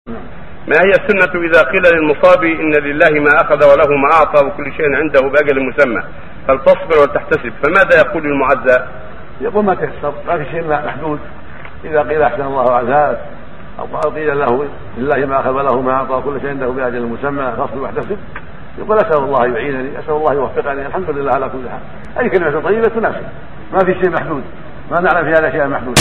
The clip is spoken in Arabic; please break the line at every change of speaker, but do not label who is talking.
ما هي السنة إذا قيل للمصاب إن لله ما أخذ وله ما أعطى وكل شيء عنده بأجل مسمى فلتصبر وتحتسب، فماذا يقول المعزى؟
يقول ما تيسر، ما في شيء محدود. إذا قيل أحسن الله عذاب أو قيل له لله ما أخذ وله ما أعطى وكل شيء عنده بأجل مسمى فاصبر واحتسب، يقول أسأل الله يعينني، أسأل الله يوفقني، الحمد لله على كل حال. أي كلمة طيبة تناسب، ما في شيء محدود، ما نعلم في هذا شيء محدود.